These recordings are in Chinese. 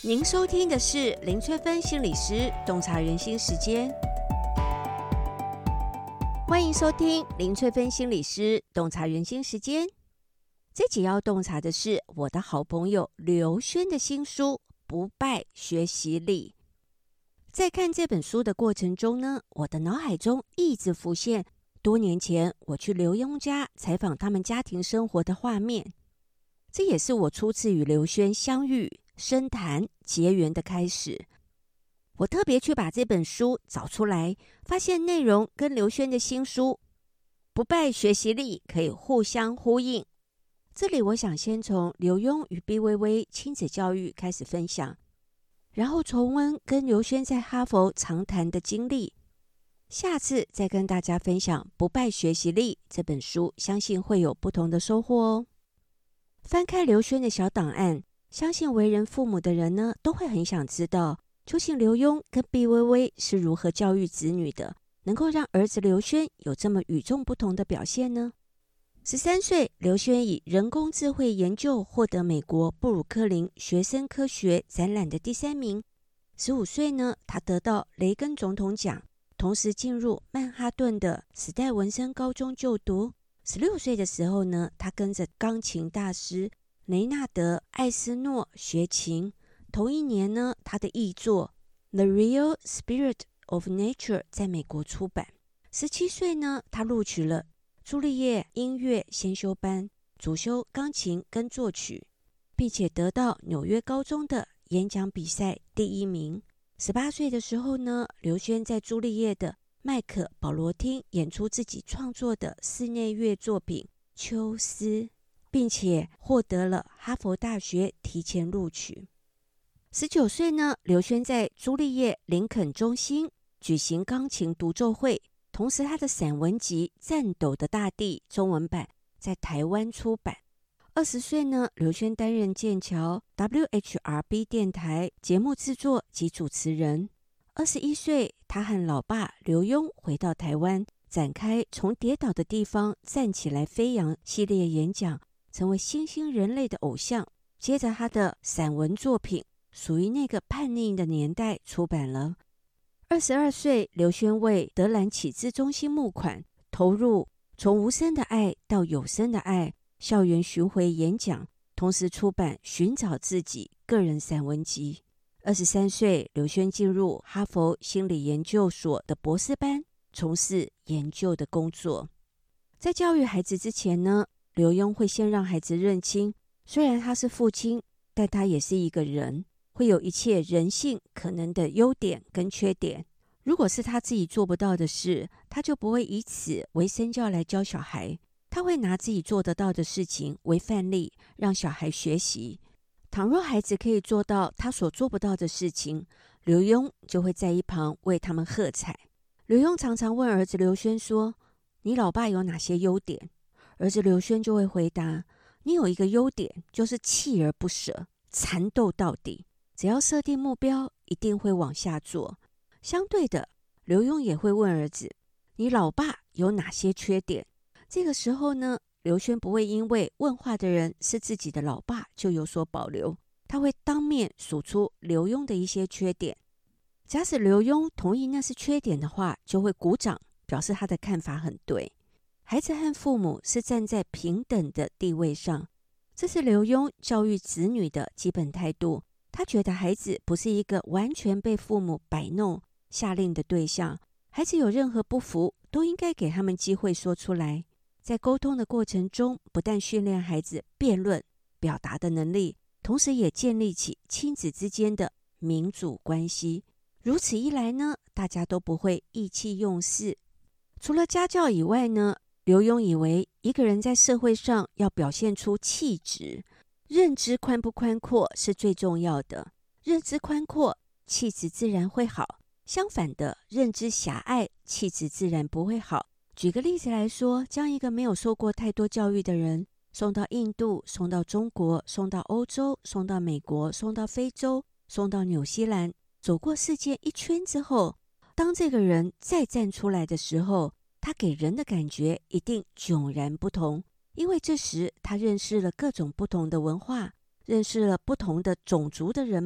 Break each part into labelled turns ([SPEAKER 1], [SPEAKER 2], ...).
[SPEAKER 1] 您收听的是林翠芬心理师洞察人心时间，欢迎收听林翠芬心理师洞察人心时间。这集要洞察的是我的好朋友刘轩的新书《不败学习力》。在看这本书的过程中呢，我的脑海中一直浮现多年前我去刘墉家采访他们家庭生活的画面，这也是我初次与刘轩相遇、深谈、结缘的开始。我特别去把这本书找出来，发现内容跟刘轩的新书《不败学习力》可以互相呼应。这里我想先从刘墉与毕薇薇亲子教育开始分享，然后重温跟刘轩在哈佛长谈的经历。下次再跟大家分享《不败学习力》这本书，相信会有不同的收获哦。翻开刘轩的小档案，相信为人父母的人呢，都会很想知道，究竟刘墉跟毕薇薇是如何教育子女的，能够让儿子刘轩有这么与众不同的表现呢？13岁，刘轩以人工智慧研究获得美国布鲁克林学生科学展览的第3名。15岁呢，他得到雷根总统奖，同时进入曼哈顿的史代文森高中就读。16岁的时候呢，他跟着钢琴大师雷纳德·艾斯诺学琴。同一年呢，他的译作《The Real Spirit of Nature》在美国出版。17岁呢，他录取了朱丽叶音乐先修班，主修钢琴跟作曲，并且得到纽约高中的演讲比赛第1名。18岁的时候呢，刘轩在朱丽叶的麦克保罗厅演出自己创作的室内乐作品《秋思》，并且获得了哈佛大学提前录取。19岁呢，刘轩在朱丽叶林肯中心举行钢琴独奏会，同时他的散文集《颤抖的大地》中文版在台湾出版。20岁呢，刘轩担任剑桥 WHRB 电台节目制作及主持人。21岁，他和老爸刘墉回到台湾，展开从跌倒的地方站起来飞扬系列演讲，成为新兴人类的偶像。接着他的散文作品《属于那个叛逆的年代》出版了。22岁，刘轩为德兰启智中心募款，投入从无声的爱到有声的爱校园巡回演讲，同时出版《寻找自己》个人散文集。23岁，刘轩进入哈佛心理研究所的博士班，从事研究的工作。在教育孩子之前呢，刘墉会先让孩子认清，虽然他是父亲，但他也是一个人，会有一切人性可能的优点跟缺点。如果是他自己做不到的事，他就不会以此为身教来教小孩，他会拿自己做得到的事情为范例，让小孩学习。倘若孩子可以做到他所做不到的事情，刘墉就会在一旁为他们喝彩。刘墉常常问儿子刘轩说：“你老爸有哪些优点？”儿子刘轩就会回答：“你有一个优点，就是锲而不舍，缠斗到底。只要设定目标，一定会往下做。”相对的，刘墉也会问儿子：“你老爸有哪些缺点？”这个时候呢，刘轩不会因为问话的人是自己的老爸就有所保留，他会当面数出刘墉的一些缺点。假使刘墉同意那是缺点的话，就会鼓掌，表示他的看法很对。孩子和父母是站在平等的地位上，这是刘墉教育子女的基本态度。他觉得孩子不是一个完全被父母摆弄下令的对象，孩子有任何不服，都应该给他们机会说出来。在沟通的过程中，不但训练孩子辩论、表达的能力，同时也建立起亲子之间的民主关系。如此一来呢，大家都不会意气用事。除了家教以外呢，刘墉以为一个人在社会上要表现出气质，认知宽不宽阔是最重要的。认知宽阔，气质自然会好。相反的，认知狭隘，气质自然不会好。举个例子来说，将一个没有受过太多教育的人送到印度，送到中国，送到欧洲，送到美国，送到非洲，送到纽西兰，走过世界一圈之后，当这个人再站出来的时候，他给人的感觉一定迥然不同，因为这时他认识了各种不同的文化，认识了不同的种族的人们，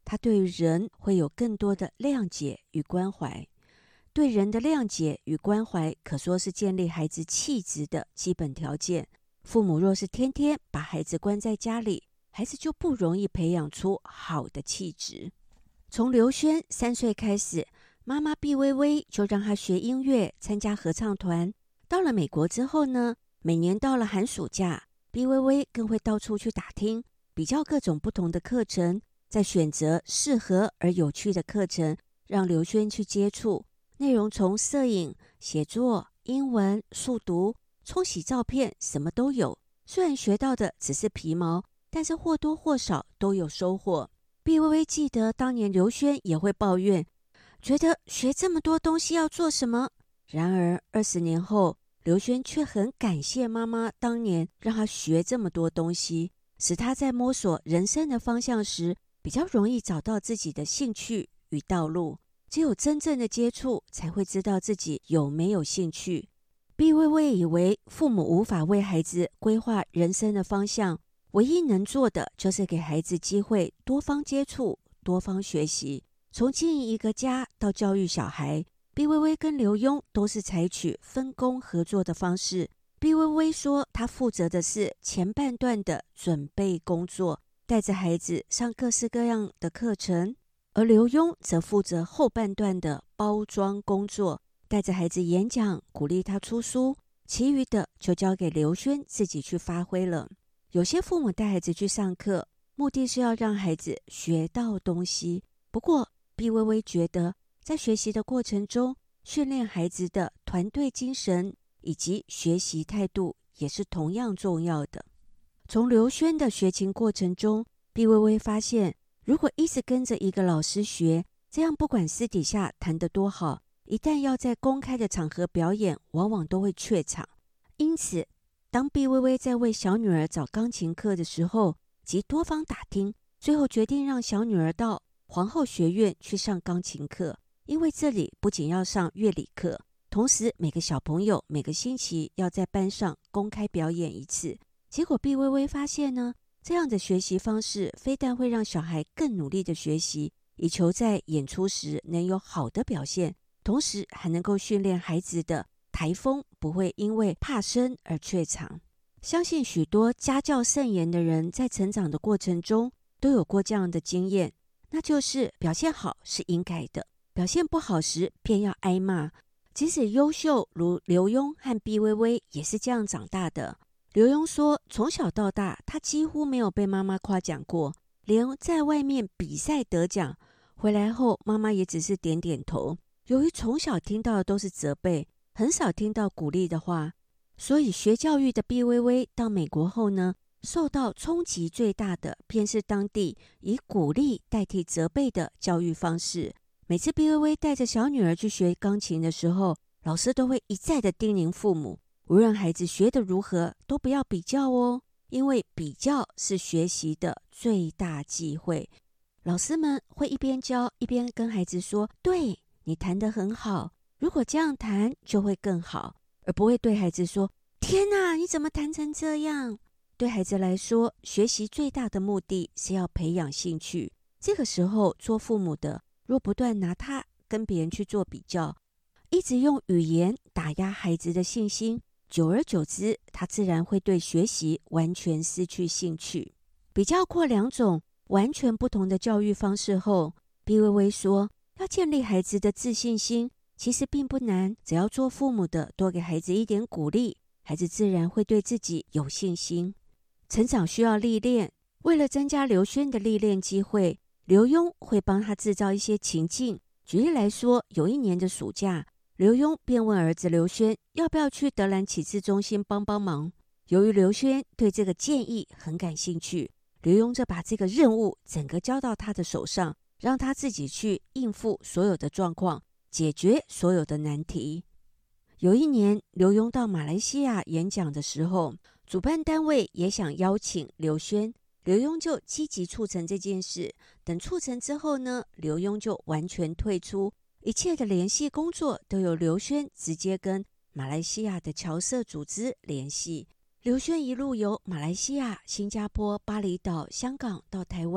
[SPEAKER 1] 他对人会有更多的谅解与关怀。对人的谅解与关怀可说是建立孩子气质的基本条件。父母若是天天把孩子关在家里，孩子就不容易培养出好的气质。从刘轩3岁开始，妈妈毕薇薇就让他学音乐，参加合唱团。到了美国之后呢，每年到了寒暑假，毕薇薇更会到处去打听，比较各种不同的课程，再选择适合而有趣的课程，让刘轩去接触。内容从摄影、写作、英文、速读、冲洗照片，什么都有。虽然学到的只是皮毛，但是或多或少都有收获。毕薇薇记得当年刘轩也会抱怨，觉得学这么多东西要做什么？然而20年后，刘轩却很感谢妈妈当年让他学这么多东西，使他在摸索人生的方向时，比较容易找到自己的兴趣与道路。只有真正的接触，才会知道自己有没有兴趣。毕薇薇以为父母无法为孩子规划人生的方向，唯一能做的就是给孩子机会多方接触、多方学习。从经营一个家到教育小孩，毕薇薇跟刘墉都是采取分工合作的方式。毕薇薇说，她负责的是前半段的准备工作，带着孩子上各式各样的课程。而刘墉则负责后半段的包装工作，带着孩子演讲，鼓励他出书，其余的就交给刘轩自己去发挥了。有些父母带孩子去上课，目的是要让孩子学到东西。不过，毕薇薇觉得，在学习的过程中，训练孩子的团队精神以及学习态度也是同样重要的。从刘轩的学琴过程中，毕薇薇发现，如果一直跟着一个老师学，这样不管私底下弹得多好，一旦要在公开的场合表演，往往都会怯场。因此，当毕薇薇在为小女儿找钢琴课的时候，即多方打听，最后决定让小女儿到皇后学院去上钢琴课。因为这里不仅要上乐理课，同时每个小朋友每个星期要在班上公开表演一次。结果毕薇薇发现呢，这样的学习方式非但会让小孩更努力的学习，以求在演出时能有好的表现，同时还能够训练孩子的台风不会因为怕生而怯场。相信许多家教甚严的人在成长的过程中都有过这样的经验，那就是表现好是应该的，表现不好时便要挨骂。即使优秀如刘墉和毕薇薇也是这样长大的。刘墉说，从小到大他几乎没有被妈妈夸奖过，连在外面比赛得奖回来后，妈妈也只是点点头。由于从小听到的都是责备，很少听到鼓励的话，所以学教育的毕薇薇到美国后呢，受到冲击最大的便是当地以鼓励代替责备的教育方式。每次毕薇薇带着小女儿去学钢琴的时候，老师都会一再的叮咛父母，无论孩子学得如何，都不要比较哦，因为比较是学习的最大忌讳。老师们会一边教一边跟孩子说，对，你弹得很好，如果这样弹就会更好，而不会对孩子说，天哪，你怎么弹成这样？对孩子来说，学习最大的目的是要培养兴趣。这个时候做父母的若不断拿他跟别人去做比较，一直用语言打压孩子的信心，久而久之，他自然会对学习完全失去兴趣。比较过2种完全不同的教育方式后，毕薇薇说，要建立孩子的自信心其实并不难，只要做父母的多给孩子一点鼓励，孩子自然会对自己有信心。成长需要历练，为了增加刘轩的历练机会，刘墉会帮他制造一些情境。举例来说，有一年的暑假，刘墉便问儿子刘轩要不要去德兰启智中心帮帮忙。由于刘轩对这个建议很感兴趣，刘墉就把这个任务整个交到他的手上，让他自己去应付所有的状况，解决所有的难题。有一年，刘墉到马来西亚演讲的时候，主办单位也想邀请刘轩，刘墉就积极促成这件事。等促成之后呢，刘墉就完全退出，一切的联系工作都由刘轩直接跟马来西亚的侨社组织联系。刘轩一路由马来西亚、新加坡、巴厘岛、香港到台湾，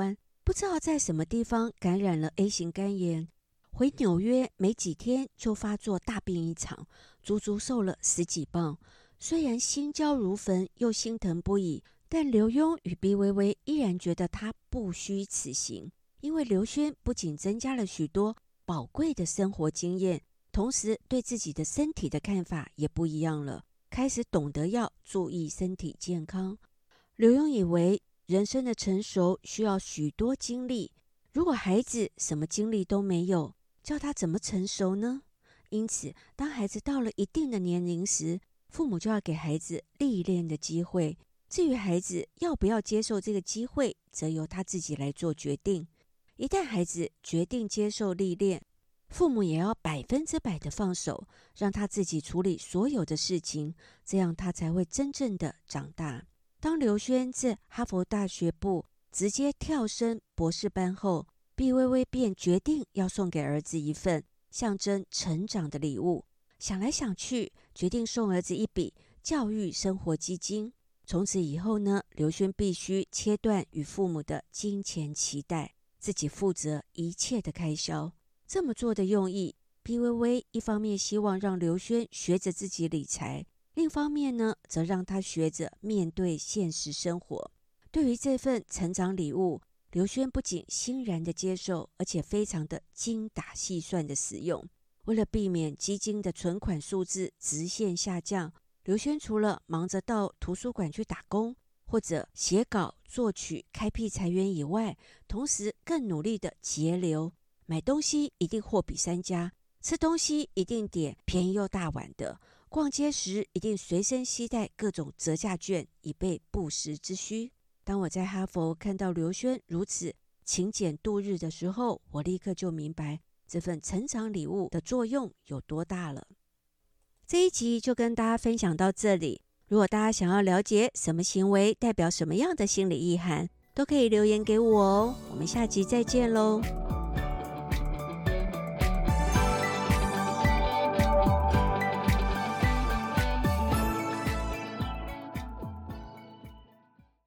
[SPEAKER 1] 不知道在什么地方感染了 A 型肝炎，回纽约没几天就发作大病一场，足足瘦了10几磅。虽然心焦如焚又心疼不已，但刘墉与毕薇薇依然觉得他不虚此行，因为刘轩不仅增加了许多宝贵的生活经验，同时对自己的身体的看法也不一样了，开始懂得要注意身体健康。刘墉以为人生的成熟需要许多经历，如果孩子什么经历都没有，叫他怎么成熟呢？因此，当孩子到了一定的年龄时，父母就要给孩子历练的机会。至于孩子要不要接受这个机会，则由他自己来做决定。一旦孩子决定接受历练，父母也要100%的放手，让他自己处理所有的事情，这样他才会真正的长大。当刘轩自哈佛大学部直接跳升博士班后，毕薇薇便决定要送给儿子一份象征成长的礼物。想来想去，决定送儿子一笔教育生活基金。从此以后呢，刘轩必须切断与父母的金钱期待，自己负责一切的开销。这么做的用意，毕薇薇一方面希望让刘轩学着自己理财，另一方面呢，则让他学着面对现实生活。对于这份成长礼物，刘轩不仅欣然的接受，而且非常的精打细算的使用。为了避免基金的存款数字直线下降，刘轩除了忙着到图书馆去打工，或者写稿、作曲、开辟财源以外，同时更努力的节流。买东西一定货比三家，吃东西一定点便宜又大碗的，逛街时一定随身携带各种折价券，以备不时之需。当我在哈佛看到刘轩如此勤俭度日的时候，我立刻就明白这份成长礼物的作用有多大了。这一集就跟大家分享到这里。如果大家想要了解什么行为代表什么样的心理意涵，都可以留言给我哦。我们下集再见喽。